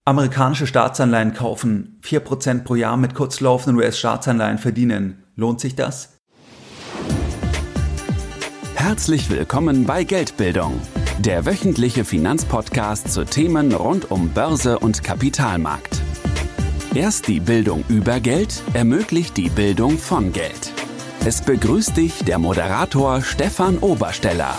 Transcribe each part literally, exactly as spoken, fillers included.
Amerikanische Staatsanleihen kaufen, vier Prozent pro Jahr mit kurzlaufenden U S-Staatsanleihen verdienen. Lohnt sich das? Herzlich willkommen bei Geldbildung, der wöchentliche Finanzpodcast zu Themen rund um Börse und Kapitalmarkt. Erst die Bildung über Geld ermöglicht die Bildung von Geld. Es begrüßt dich der Moderator Stefan Obersteller.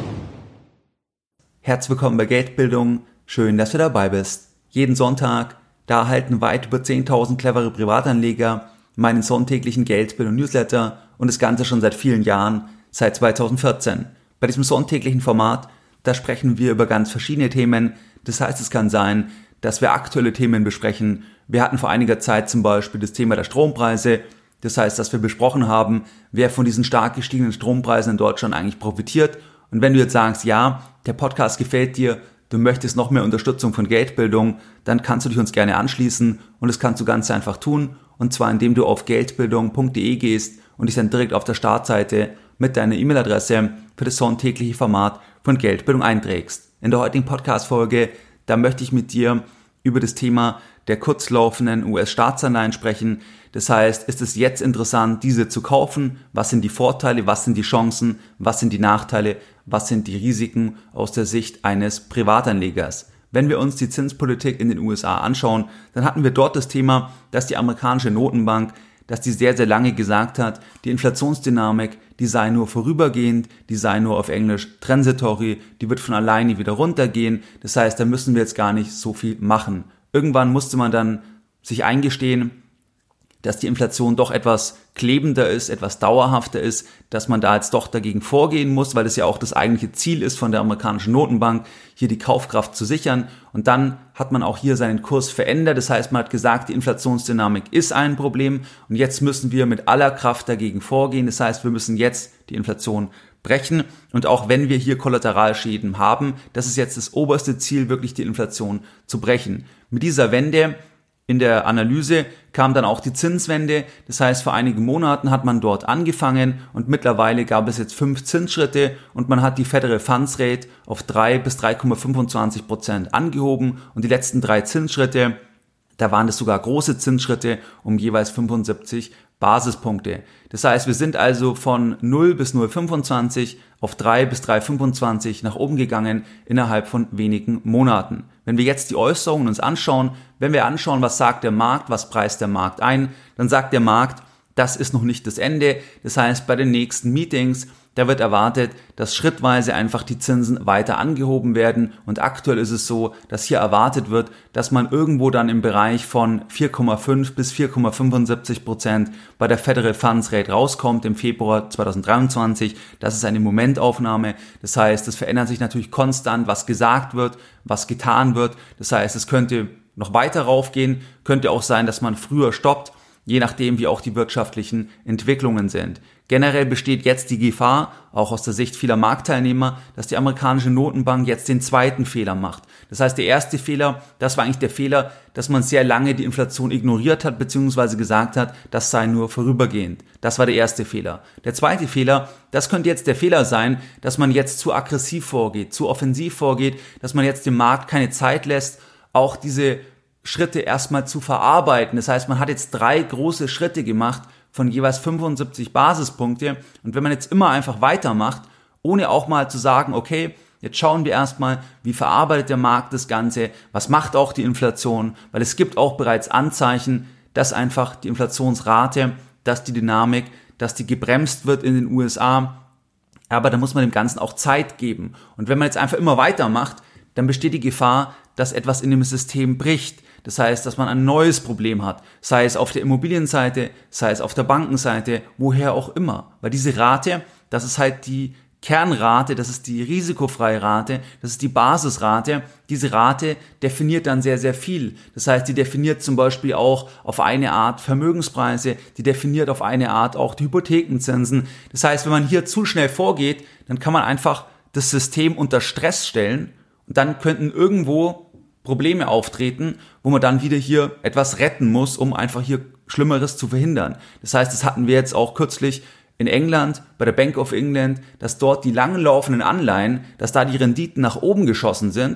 Herzlich willkommen bei Geldbildung. Schön, dass du dabei bist. Jeden Sonntag, da erhalten weit über zehntausend clevere Privatanleger meinen sonntäglichen Geldbildung-Newsletter und das Ganze schon seit vielen Jahren, seit zweitausendvierzehn. Bei diesem sonntäglichen Format, da sprechen wir über ganz verschiedene Themen. Das heißt, es kann sein, dass wir aktuelle Themen besprechen. Wir hatten vor einiger Zeit zum Beispiel das Thema der Strompreise. Das heißt, dass wir besprochen haben, wer von diesen stark gestiegenen Strompreisen in Deutschland eigentlich profitiert. Und wenn du jetzt sagst, ja, der Podcast gefällt dir, du möchtest noch mehr Unterstützung von Geldbildung, dann kannst du dich uns gerne anschließen und das kannst du ganz einfach tun, und zwar indem du auf geldbildung punkt de gehst und dich dann direkt auf der Startseite mit deiner E-Mail-Adresse für das sonntägliche Format von Geldbildung einträgst. In der heutigen Podcast-Folge, da möchte ich mit dir über das Thema der kurzlaufenden U S-Staatsanleihen sprechen. Das heißt, ist es jetzt interessant, diese zu kaufen? Was sind die Vorteile? Was sind die Chancen? Was sind die Nachteile? Was sind die Risiken aus der Sicht eines Privatanlegers? Wenn wir uns die Zinspolitik in den U S A anschauen, dann hatten wir dort das Thema, dass die amerikanische Notenbank, dass die sehr, sehr lange gesagt hat, die Inflationsdynamik, die sei nur vorübergehend, die sei nur auf Englisch transitory, die wird von alleine wieder runtergehen. Das heißt, da müssen wir jetzt gar nicht so viel machen. Irgendwann musste man dann sich eingestehen, dass die Inflation doch etwas klebender ist, etwas dauerhafter ist, dass man da jetzt doch dagegen vorgehen muss, weil das ja auch das eigentliche Ziel ist von der amerikanischen Notenbank, hier die Kaufkraft zu sichern. Und dann hat man auch hier seinen Kurs verändert. Das heißt, man hat gesagt, die Inflationsdynamik ist ein Problem und jetzt müssen wir mit aller Kraft dagegen vorgehen. Das heißt, wir müssen jetzt die Inflation brechen, und auch wenn wir hier Kollateralschäden haben, das ist jetzt das oberste Ziel, wirklich die Inflation zu brechen. Mit dieser Wende in der Analyse kam dann auch die Zinswende. Das heißt, vor einigen Monaten hat man dort angefangen und mittlerweile gab es jetzt fünf Zinsschritte und man hat die Federal Funds Rate auf drei bis drei Komma fünfundzwanzig Prozent angehoben, und die letzten drei Zinsschritte, da waren es sogar große Zinsschritte um jeweils fünfundsiebzig Basispunkte. Das heißt, wir sind also von null bis null Komma fünfundzwanzig auf drei bis drei Komma fünfundzwanzig nach oben gegangen innerhalb von wenigen Monaten. Wenn wir jetzt die Äußerungen uns anschauen, wenn wir anschauen, was sagt der Markt, was preist der Markt ein, dann sagt der Markt, das ist noch nicht das Ende. Das heißt, bei den nächsten Meetings, da wird erwartet, dass schrittweise einfach die Zinsen weiter angehoben werden, und aktuell ist es so, dass hier erwartet wird, dass man irgendwo dann im Bereich von vier Komma fünf bis vier Komma fünfundsiebzig Prozent bei der Federal Funds Rate rauskommt im Februar zweitausenddreiundzwanzig. Das ist eine Momentaufnahme. Das heißt, es verändert sich natürlich konstant, was gesagt wird, was getan wird. Das heißt, es könnte noch weiter raufgehen, könnte auch sein, dass man früher stoppt, je nachdem, wie auch die wirtschaftlichen Entwicklungen sind. Generell besteht jetzt die Gefahr, auch aus der Sicht vieler Marktteilnehmer, dass die amerikanische Notenbank jetzt den zweiten Fehler macht. Das heißt, der erste Fehler, das war eigentlich der Fehler, dass man sehr lange die Inflation ignoriert hat, beziehungsweise gesagt hat, das sei nur vorübergehend. Das war der erste Fehler. Der zweite Fehler, das könnte jetzt der Fehler sein, dass man jetzt zu aggressiv vorgeht, zu offensiv vorgeht, dass man jetzt dem Markt keine Zeit lässt, auch diese Schritte erstmal zu verarbeiten. Das heißt, man hat jetzt drei große Schritte gemacht von jeweils fünfundsiebzig Basispunkte, und wenn man jetzt immer einfach weitermacht, ohne auch mal zu sagen, okay, jetzt schauen wir erstmal, wie verarbeitet der Markt das Ganze, was macht auch die Inflation, weil es gibt auch bereits Anzeichen, dass einfach die Inflationsrate, dass die Dynamik, dass die gebremst wird in den U S A, aber da muss man dem Ganzen auch Zeit geben. Und wenn man jetzt einfach immer weitermacht, dann besteht die Gefahr, dass etwas in dem System bricht. Das heißt, dass man ein neues Problem hat, sei es auf der Immobilienseite, sei es auf der Bankenseite, woher auch immer. Weil diese Rate, das ist halt die Kernrate, das ist die risikofreie Rate, das ist die Basisrate. Diese Rate definiert dann sehr, sehr viel. Das heißt, die definiert zum Beispiel auch auf eine Art Vermögenspreise, die definiert auf eine Art auch die Hypothekenzinsen. Das heißt, wenn man hier zu schnell vorgeht, dann kann man einfach das System unter Stress stellen, und dann könnten irgendwo Probleme auftreten, wo man dann wieder hier etwas retten muss, um einfach hier Schlimmeres zu verhindern. Das heißt, das hatten wir jetzt auch kürzlich in England, bei der Bank of England, dass dort die langen laufenden Anleihen, dass da die Renditen nach oben geschossen sind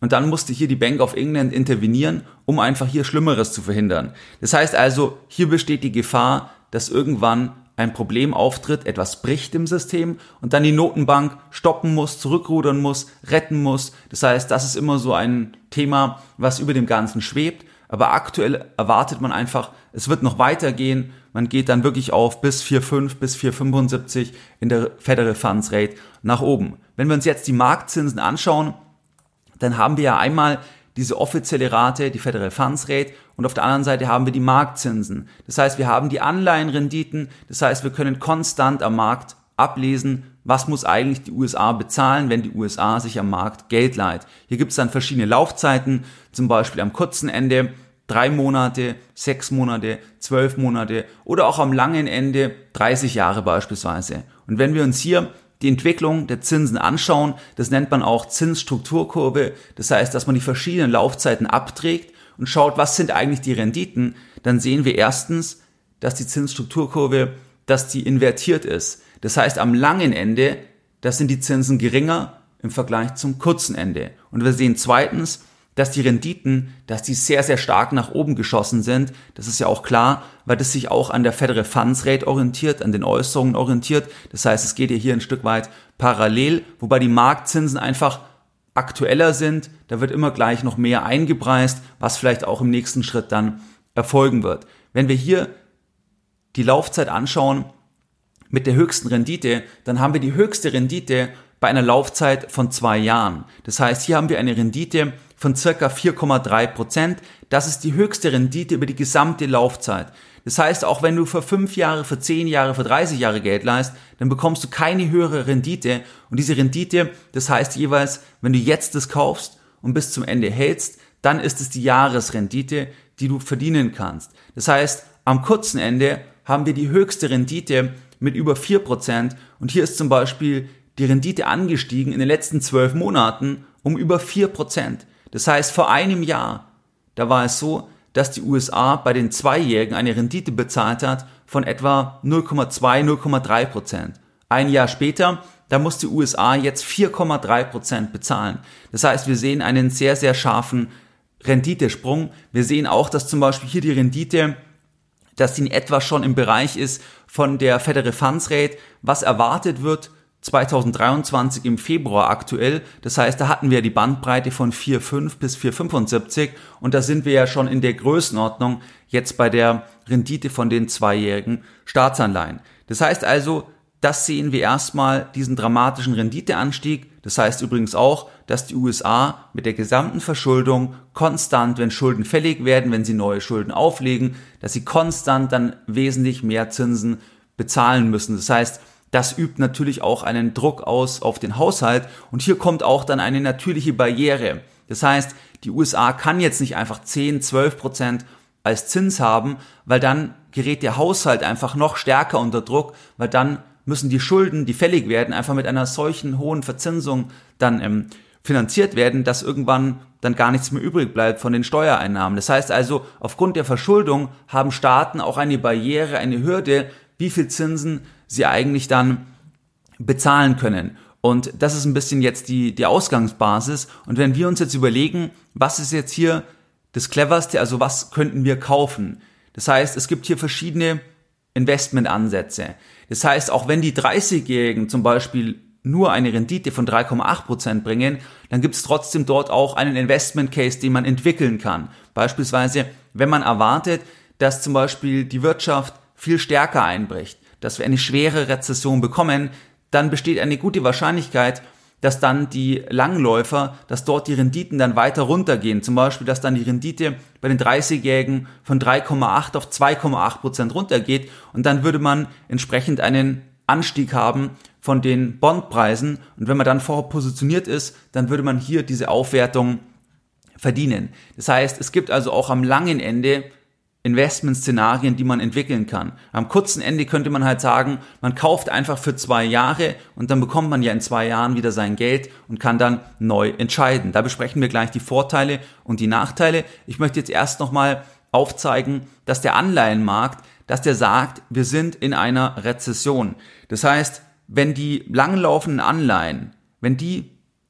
und dann musste hier die Bank of England intervenieren, um einfach hier Schlimmeres zu verhindern. Das heißt also, hier besteht die Gefahr, dass irgendwann ein Problem auftritt, etwas bricht im System und dann die Notenbank stoppen muss, zurückrudern muss, retten muss. Das heißt, das ist immer so ein Thema, was über dem Ganzen schwebt. Aber aktuell erwartet man einfach, es wird noch weitergehen. Man geht dann wirklich auf bis vier Komma fünf, bis vier Komma fünfundsiebzig in der Federal Funds Rate nach oben. Wenn wir uns jetzt die Marktzinsen anschauen, dann haben wir ja einmal diese offizielle Rate, die Federal Funds Rate, und auf der anderen Seite haben wir die Marktzinsen. Das heißt, wir haben die Anleihenrenditen, das heißt, wir können konstant am Markt ablesen, was muss eigentlich die U S A bezahlen, wenn die U S A sich am Markt Geld leiht. Hier gibt es dann verschiedene Laufzeiten, zum Beispiel am kurzen Ende drei Monate, sechs Monate, zwölf Monate oder auch am langen Ende dreißig Jahre beispielsweise. Und wenn wir uns hier die Entwicklung der Zinsen anschauen, das nennt man auch Zinsstrukturkurve, das heißt, dass man die verschiedenen Laufzeiten abträgt und schaut, was sind eigentlich die Renditen, dann sehen wir erstens, dass die Zinsstrukturkurve, dass die invertiert ist. Das heißt, am langen Ende, das sind die Zinsen geringer im Vergleich zum kurzen Ende. Und wir sehen zweitens, dass die Renditen, dass die sehr, sehr stark nach oben geschossen sind. Das ist ja auch klar, weil das sich auch an der Federal Funds Rate orientiert, an den Äußerungen orientiert. Das heißt, es geht ja hier ein Stück weit parallel, wobei die Marktzinsen einfach aktueller sind. Da wird immer gleich noch mehr eingepreist, was vielleicht auch im nächsten Schritt dann erfolgen wird. Wenn wir hier die Laufzeit anschauen mit der höchsten Rendite, dann haben wir die höchste Rendite bei einer Laufzeit von zwei Jahren. Das heißt, hier haben wir eine Rendite von circa vier Komma drei Prozent. Das ist die höchste Rendite über die gesamte Laufzeit. Das heißt, auch wenn du für fünf Jahre, für zehn Jahre, für dreißig Jahre Geld leihst, dann bekommst du keine höhere Rendite. Und diese Rendite, das heißt jeweils, wenn du jetzt das kaufst und bis zum Ende hältst, dann ist es die Jahresrendite, die du verdienen kannst. Das heißt, am kurzen Ende haben wir die höchste Rendite mit über vier Prozent. Und hier ist zum Beispiel die Rendite angestiegen in den letzten zwölf Monaten um über vier Prozent. Das heißt, vor einem Jahr, da war es so, dass die U S A bei den Zweijährigen eine Rendite bezahlt hat von etwa null Komma zwei, null Komma drei Prozent. Ein Jahr später, da muss die U S A jetzt vier Komma drei Prozent bezahlen. Das heißt, wir sehen einen sehr, sehr scharfen Renditesprung. Wir sehen auch, dass zum Beispiel hier die Rendite, dass die in etwa schon im Bereich ist von der Federal Funds Rate, was erwartet wird zweitausenddreiundzwanzig im Februar aktuell. Das heißt, da hatten wir die Bandbreite von vier Komma fünf bis vier Komma fünfundsiebzig und da sind wir ja schon in der Größenordnung jetzt bei der Rendite von den zweijährigen Staatsanleihen. Das heißt also, das sehen wir erstmal, diesen dramatischen Renditeanstieg. Das heißt übrigens auch, dass die U S A mit der gesamten Verschuldung konstant, wenn Schulden fällig werden, wenn sie neue Schulden auflegen, dass sie konstant dann wesentlich mehr Zinsen bezahlen müssen. Das heißt, das übt natürlich auch einen Druck aus auf den Haushalt und hier kommt auch dann eine natürliche Barriere. Das heißt, die U S A kann jetzt nicht einfach zehn, zwölf Prozent als Zins haben, weil dann gerät der Haushalt einfach noch stärker unter Druck, weil dann müssen die Schulden, die fällig werden, einfach mit einer solchen hohen Verzinsung dann ähm, finanziert werden, dass irgendwann dann gar nichts mehr übrig bleibt von den Steuereinnahmen. Das heißt also, aufgrund der Verschuldung haben Staaten auch eine Barriere, eine Hürde, wie viel Zinsen sie eigentlich dann bezahlen können. Und das ist ein bisschen jetzt die, die Ausgangsbasis. Und wenn wir uns jetzt überlegen, was ist jetzt hier das Cleverste, also was könnten wir kaufen? Das heißt, es gibt hier verschiedene Investmentansätze. Das heißt, auch wenn die dreißigjährigen zum Beispiel nur eine Rendite von drei Komma acht Prozent bringen, dann gibt es trotzdem dort auch einen Investment Case, den man entwickeln kann. Beispielsweise, wenn man erwartet, dass zum Beispiel die Wirtschaft viel stärker einbricht, dass wir eine schwere Rezession bekommen, dann besteht eine gute Wahrscheinlichkeit, dass dann die Langläufer, dass dort die Renditen dann weiter runtergehen. Zum Beispiel, dass dann die Rendite bei den dreißigjährigen von drei Komma acht auf zwei Komma acht Prozent runtergeht und dann würde man entsprechend einen Anstieg haben von den Bondpreisen und wenn man dann vorher positioniert ist, dann würde man hier diese Aufwertung verdienen. Das heißt, es gibt also auch am langen Ende Investmentszenarien, die man entwickeln kann. Am kurzen Ende könnte man halt sagen, man kauft einfach für zwei Jahre und dann bekommt man ja in zwei Jahren wieder sein Geld und kann dann neu entscheiden. Da besprechen wir gleich die Vorteile und die Nachteile. Ich möchte jetzt erst nochmal aufzeigen, dass der Anleihenmarkt, dass der sagt, wir sind in einer Rezession. Das heißt, wenn die langlaufenden Anleihen, wenn die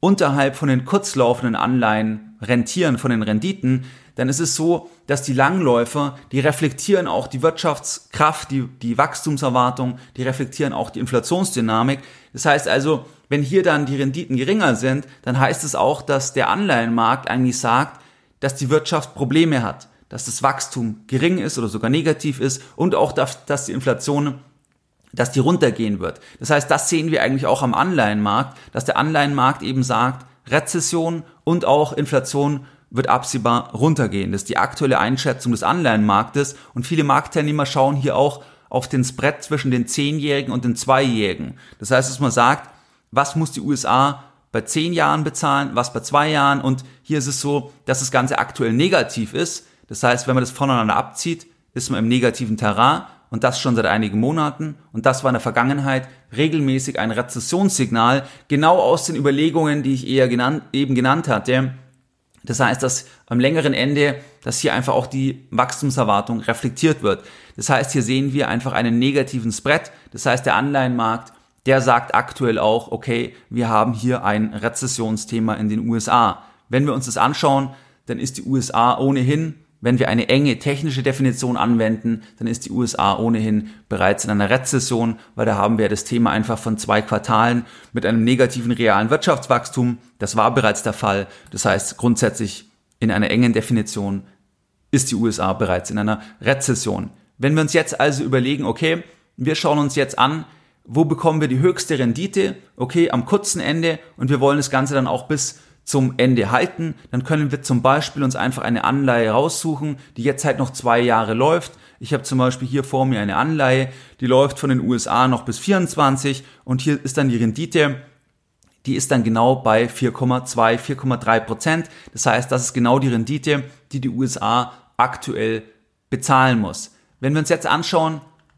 unterhalb von den kurzlaufenden Anleihen rentieren, von den Renditen, dann ist es so, dass die Langläufer, die reflektieren auch die Wirtschaftskraft, die, die Wachstumserwartung, die reflektieren auch die Inflationsdynamik. Das heißt also, wenn hier dann die Renditen geringer sind, dann heißt es auch, dass der Anleihenmarkt eigentlich sagt, dass die Wirtschaft Probleme hat, dass das Wachstum gering ist oder sogar negativ ist und auch, dass, dass die Inflation, dass die runtergehen wird. Das heißt, das sehen wir eigentlich auch am Anleihenmarkt, dass der Anleihenmarkt eben sagt, Rezession und auch Inflation wird absehbar runtergehen. Das ist die aktuelle Einschätzung des Anleihenmarktes und viele Marktteilnehmer schauen hier auch auf den Spread zwischen den zehnjährigen und den zweijährigen. Das heißt, dass man sagt, was muss die U S A bei zehn Jahren bezahlen, was bei zwei Jahren und hier ist es so, dass das Ganze aktuell negativ ist. Das heißt, wenn man das voneinander abzieht, ist man im negativen Terrain und das schon seit einigen Monaten und das war in der Vergangenheit regelmäßig ein Rezessionssignal, genau aus den Überlegungen, die ich eher genannt, eben genannt hatte. Das heißt, dass am längeren Ende, dass hier einfach auch die Wachstumserwartung reflektiert wird. Das heißt, hier sehen wir einfach einen negativen Spread. Das heißt, der Anleihenmarkt, der sagt aktuell auch, okay, wir haben hier ein Rezessionsthema in den U S A. Wenn wir uns das anschauen, dann ist die U S A ohnehin, wenn wir eine enge technische Definition anwenden, dann ist die U S A ohnehin bereits in einer Rezession, weil da haben wir das Thema einfach von zwei Quartalen mit einem negativen realen Wirtschaftswachstum. Das war bereits der Fall. Das heißt, grundsätzlich in einer engen Definition ist die U S A bereits in einer Rezession. Wenn wir uns jetzt also überlegen, okay, wir schauen uns jetzt an, wo bekommen wir die höchste Rendite? Okay, am kurzen Ende und wir wollen das Ganze dann auch bis zum Ende halten, dann können wir zum Beispiel uns einfach eine Anleihe raussuchen, die jetzt halt noch zwei Jahre läuft. Ich habe zum Beispiel hier vor mir eine Anleihe, die läuft von den U S A noch bis vierundzwanzig und hier ist dann die Rendite, die ist dann genau bei vier Komma zwei, vier Komma drei Prozent. Das heißt, das ist genau die Rendite, die die U S A aktuell bezahlen muss. Wenn wir uns jetzt anschauen,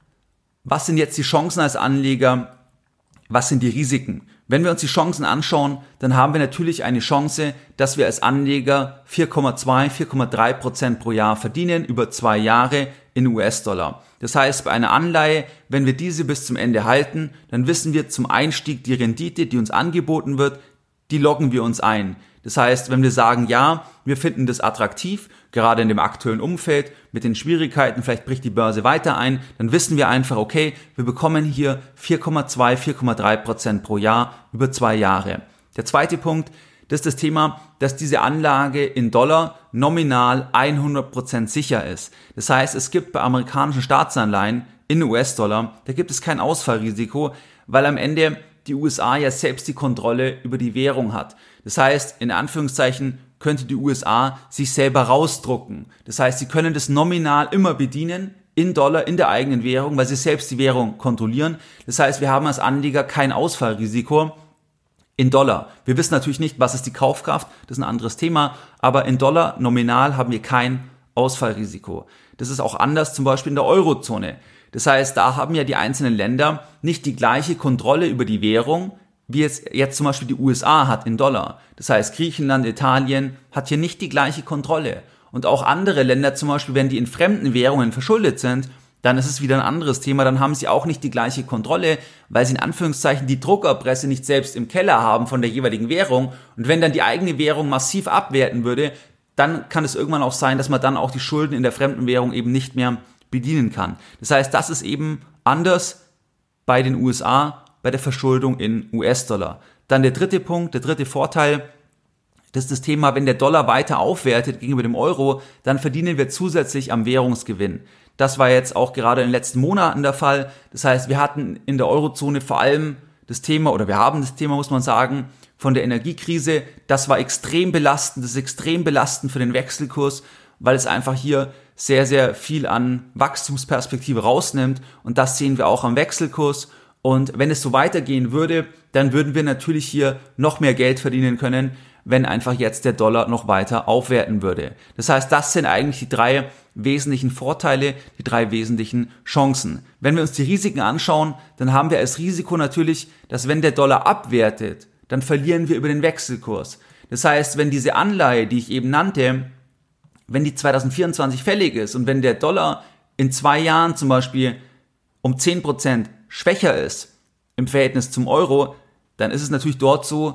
was sind jetzt die Chancen als Anleger, was sind die Risiken? Wenn wir uns die Chancen anschauen, dann haben wir natürlich eine Chance, dass wir als Anleger vier Komma zwei, vier Komma drei Prozent pro Jahr verdienen über zwei Jahre in U S-Dollar. Das heißt, bei einer Anleihe, wenn wir diese bis zum Ende halten, dann wissen wir zum Einstieg die Rendite, die uns angeboten wird, die loggen wir uns ein. Das heißt, wenn wir sagen, ja, wir finden das attraktiv, gerade in dem aktuellen Umfeld, mit den Schwierigkeiten, vielleicht bricht die Börse weiter ein, dann wissen wir einfach, okay, wir bekommen hier vier Komma zwei, vier Komma drei Prozent pro Jahr über zwei Jahre. Der zweite Punkt, das ist das Thema, dass diese Anlage in Dollar nominal hundert Prozent sicher ist. Das heißt, es gibt bei amerikanischen Staatsanleihen in U S-Dollar, da gibt es kein Ausfallrisiko, weil am Ende die U S A ja selbst die Kontrolle über die Währung hat. Das heißt, in Anführungszeichen könnte die U S A sich selber rausdrucken. Das heißt, sie können das nominal immer bedienen in Dollar, in der eigenen Währung, weil sie selbst die Währung kontrollieren. Das heißt, wir haben als Anleger kein Ausfallrisiko in Dollar. Wir wissen natürlich nicht, was ist die Kaufkraft, das ist ein anderes Thema, aber in Dollar nominal haben wir kein Ausfallrisiko. Das ist auch anders zum Beispiel in der Eurozone. Das heißt, da haben ja die einzelnen Länder nicht die gleiche Kontrolle über die Währung, wie es jetzt zum Beispiel die U S A hat in Dollar. Das heißt, Griechenland, Italien hat hier nicht die gleiche Kontrolle. Und auch andere Länder zum Beispiel, wenn die in fremden Währungen verschuldet sind, dann ist es wieder ein anderes Thema, dann haben sie auch nicht die gleiche Kontrolle, weil sie in Anführungszeichen die Druckerpresse nicht selbst im Keller haben von der jeweiligen Währung. Und wenn dann die eigene Währung massiv abwerten würde, dann kann es irgendwann auch sein, dass man dann auch die Schulden in der fremden Währung eben nicht mehr bedienen kann. Das heißt, das ist eben anders bei den U S A, bei der Verschuldung in U S-Dollar. Dann der dritte Punkt, der dritte Vorteil, das ist das Thema, wenn der Dollar weiter aufwertet gegenüber dem Euro, dann verdienen wir zusätzlich am Währungsgewinn. Das war jetzt auch gerade in den letzten Monaten der Fall. Das heißt, wir hatten in der Eurozone vor allem das Thema, oder wir haben das Thema, muss man sagen, von der Energiekrise. Das war extrem belastend, das ist extrem belastend für den Wechselkurs, weil es einfach hier sehr, sehr viel an Wachstumsperspektive rausnimmt. Und das sehen wir auch am Wechselkurs. Und wenn es so weitergehen würde, dann würden wir natürlich hier noch mehr Geld verdienen können, wenn einfach jetzt der Dollar noch weiter aufwerten würde. Das heißt, das sind eigentlich die drei wesentlichen Vorteile, die drei wesentlichen Chancen. Wenn wir uns die Risiken anschauen, dann haben wir als Risiko natürlich, dass wenn der Dollar abwertet, dann verlieren wir über den Wechselkurs. Das heißt, wenn diese Anleihe, die ich eben nannte, wenn die zwanzig vierundzwanzig fällig ist und wenn der Dollar in zwei Jahren zum Beispiel um zehn Prozent schwächer ist im Verhältnis zum Euro, dann ist es natürlich dort so,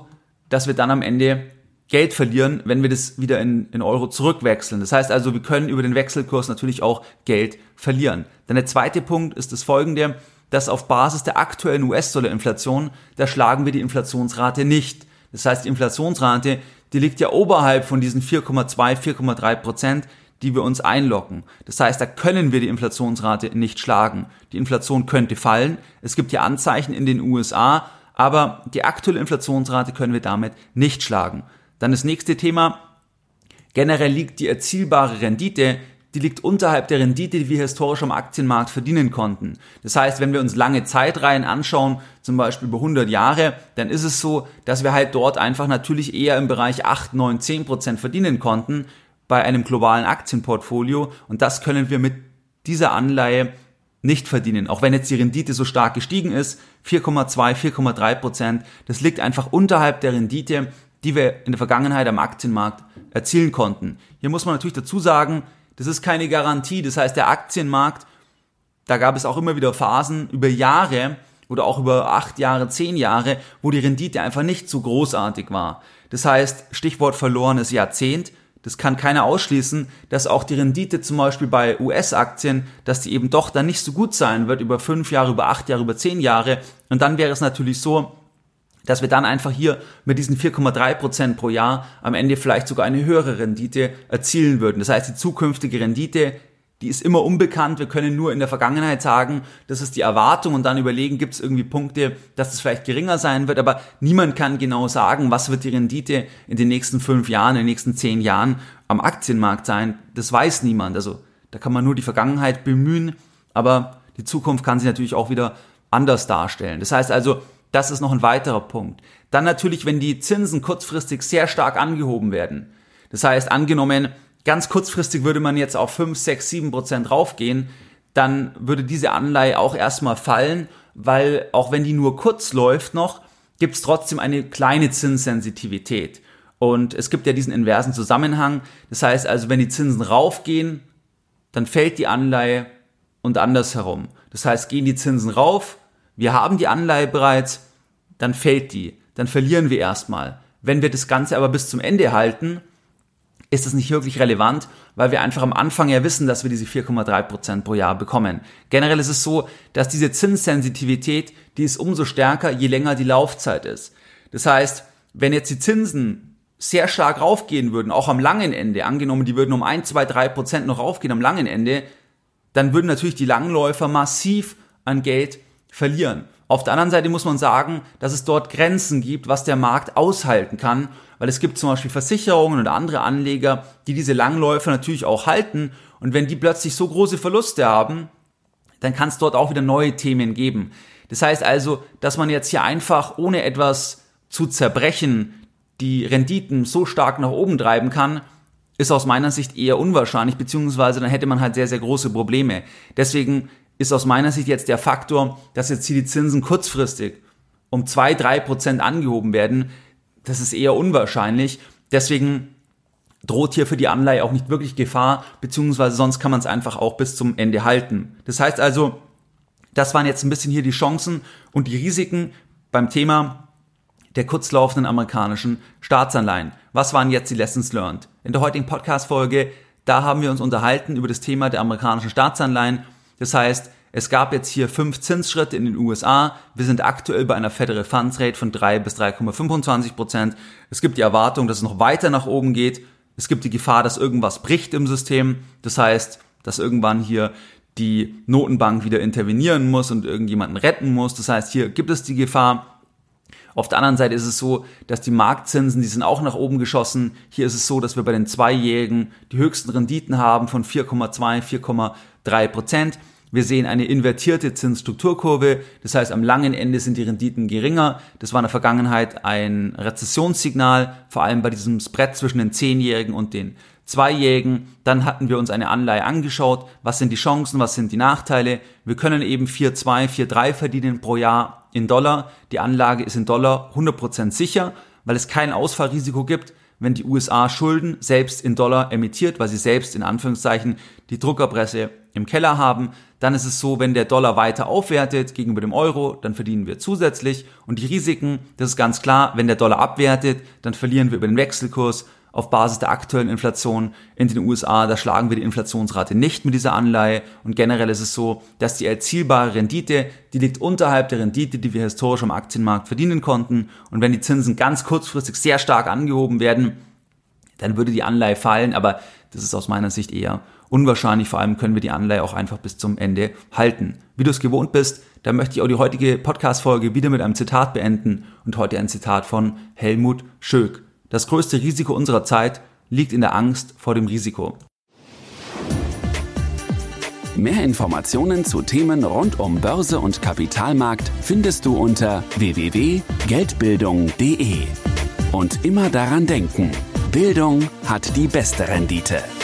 dass wir dann am Ende Geld verlieren, wenn wir das wieder in, in Euro zurückwechseln. Das heißt also, wir können über den Wechselkurs natürlich auch Geld verlieren. Dann der zweite Punkt ist das folgende, dass auf Basis der aktuellen U S-Dollar-Inflation, da schlagen wir die Inflationsrate nicht. Das heißt, die Inflationsrate, die liegt ja oberhalb von diesen vier Komma zwei, vier Komma drei Prozent, die wir uns einloggen. Das heißt, da können wir die Inflationsrate nicht schlagen. Die Inflation könnte fallen. Es gibt ja Anzeichen in den U S A, aber die aktuelle Inflationsrate können wir damit nicht schlagen. Dann das nächste Thema. Generell liegt die erzielbare Rendite, die liegt unterhalb der Rendite, die wir historisch am Aktienmarkt verdienen konnten. Das heißt, wenn wir uns lange Zeitreihen anschauen, zum Beispiel über hundert Jahre, dann ist es so, dass wir halt dort einfach natürlich eher im Bereich acht, neun, zehn Prozent verdienen konnten bei einem globalen Aktienportfolio. Und das können wir mit dieser Anleihe nicht verdienen. Auch wenn jetzt die Rendite so stark gestiegen ist, vier Komma zwei, vier Komma drei Prozent, das liegt einfach unterhalb der Rendite, die wir in der Vergangenheit am Aktienmarkt erzielen konnten. Hier muss man natürlich dazu sagen, das ist keine Garantie. Das heißt, der Aktienmarkt, da gab es auch immer wieder Phasen über Jahre oder auch über acht Jahre, zehn Jahre, wo die Rendite einfach nicht so großartig war. Das heißt, Stichwort verlorenes Jahrzehnt, das kann keiner ausschließen, dass auch die Rendite zum Beispiel bei U S-Aktien, dass die eben doch dann nicht so gut sein wird über fünf Jahre, über acht Jahre, über zehn Jahre. Und dann wäre es natürlich so, dass wir dann einfach hier mit diesen vier Komma drei Prozent pro Jahr am Ende vielleicht sogar eine höhere Rendite erzielen würden. Das heißt, die zukünftige Rendite, die ist immer unbekannt. Wir können nur in der Vergangenheit sagen, das ist die Erwartung und dann überlegen, gibt es irgendwie Punkte, dass es vielleicht geringer sein wird. Aber niemand kann genau sagen, was wird die Rendite in den nächsten fünf Jahren, in den nächsten zehn Jahren am Aktienmarkt sein. Das weiß niemand. Also da kann man nur die Vergangenheit bemühen, aber die Zukunft kann sich natürlich auch wieder anders darstellen. Das heißt also, das ist noch ein weiterer Punkt. Dann natürlich, wenn die Zinsen kurzfristig sehr stark angehoben werden. Das heißt, angenommen, ganz kurzfristig würde man jetzt auf fünf, sechs, sieben Prozent raufgehen, dann würde diese Anleihe auch erstmal fallen, weil auch wenn die nur kurz läuft noch, gibt es trotzdem eine kleine Zinssensitivität. Und es gibt ja diesen inversen Zusammenhang. Das heißt also, wenn die Zinsen raufgehen, dann fällt die Anleihe und andersherum. Das heißt, gehen die Zinsen rauf, wir haben die Anleihe bereits, dann fällt die, dann verlieren wir erstmal. Wenn wir das Ganze aber bis zum Ende halten, ist es nicht wirklich relevant, weil wir einfach am Anfang ja wissen, dass wir diese vier Komma drei Prozent pro Jahr bekommen. Generell ist es so, dass diese Zinssensitivität, die ist umso stärker, je länger die Laufzeit ist. Das heißt, wenn jetzt die Zinsen sehr stark raufgehen würden, auch am langen Ende, angenommen, die würden um ein, zwei, drei Prozent noch raufgehen am langen Ende, dann würden natürlich die Langläufer massiv an Geld verlieren. Auf der anderen Seite muss man sagen, dass es dort Grenzen gibt, was der Markt aushalten kann, weil es gibt zum Beispiel Versicherungen und andere Anleger, die diese Langläufer natürlich auch halten und wenn die plötzlich so große Verluste haben, dann kann es dort auch wieder neue Themen geben. Das heißt also, dass man jetzt hier einfach ohne etwas zu zerbrechen die Renditen so stark nach oben treiben kann, ist aus meiner Sicht eher unwahrscheinlich, beziehungsweise dann hätte man halt sehr, sehr große Probleme. Deswegen ist aus meiner Sicht jetzt der Faktor, dass jetzt hier die Zinsen kurzfristig um zwei, drei Prozent angehoben werden, das ist eher unwahrscheinlich. Deswegen droht hier für die Anleihe auch nicht wirklich Gefahr, beziehungsweise sonst kann man es einfach auch bis zum Ende halten. Das heißt also, das waren jetzt ein bisschen hier die Chancen und die Risiken beim Thema der kurzlaufenden amerikanischen Staatsanleihen. Was waren jetzt die Lessons learned? In der heutigen Podcast-Folge, da haben wir uns unterhalten über das Thema der amerikanischen Staatsanleihen. Das heißt, es gab jetzt hier fünf Zinsschritte in den U S A. Wir sind aktuell bei einer Federal Funds Rate von drei bis drei Komma fünfundzwanzig Prozent. Es gibt die Erwartung, dass es noch weiter nach oben geht. Es gibt die Gefahr, dass irgendwas bricht im System. Das heißt, dass irgendwann hier die Notenbank wieder intervenieren muss und irgendjemanden retten muss. Das heißt, hier gibt es die Gefahr. Auf der anderen Seite ist es so, dass die Marktzinsen, die sind auch nach oben geschossen. Hier ist es so, dass wir bei den Zweijährigen die höchsten Renditen haben von vier Komma zwei, vier Komma drei Prozent. Wir sehen eine invertierte Zinsstrukturkurve, das heißt am langen Ende sind die Renditen geringer. Das war in der Vergangenheit ein Rezessionssignal, vor allem bei diesem Spread zwischen den Zehnjährigen und den Zweijährigen. Dann hatten wir uns eine Anleihe angeschaut, was sind die Chancen, was sind die Nachteile. Wir können eben vier Komma zwei, vier Komma drei verdienen pro Jahr in Dollar. Die Anlage ist in Dollar hundert Prozent sicher, weil es kein Ausfallrisiko gibt, wenn die U S A Schulden selbst in Dollar emittiert, weil sie selbst in Anführungszeichen die Druckerpresse im Keller haben. Dann ist es so, wenn der Dollar weiter aufwertet gegenüber dem Euro, dann verdienen wir zusätzlich. Und die Risiken, das ist ganz klar, wenn der Dollar abwertet, dann verlieren wir über den Wechselkurs auf Basis der aktuellen Inflation in den U S A. Da schlagen wir die Inflationsrate nicht mit dieser Anleihe. Und generell ist es so, dass die erzielbare Rendite, die liegt unterhalb der Rendite, die wir historisch am Aktienmarkt verdienen konnten. Und wenn die Zinsen ganz kurzfristig sehr stark angehoben werden, dann würde die Anleihe fallen. Aber das ist aus meiner Sicht eher unwahrscheinlich. Vor allem können wir die Anleihe auch einfach bis zum Ende halten. Wie du es gewohnt bist, da möchte ich auch die heutige Podcast-Folge wieder mit einem Zitat beenden. Und heute ein Zitat von Helmut Schöck. Das größte Risiko unserer Zeit liegt in der Angst vor dem Risiko. Mehr Informationen zu Themen rund um Börse und Kapitalmarkt findest du unter w w w punkt geldbildung punkt de. Und immer daran denken, Bildung hat die beste Rendite.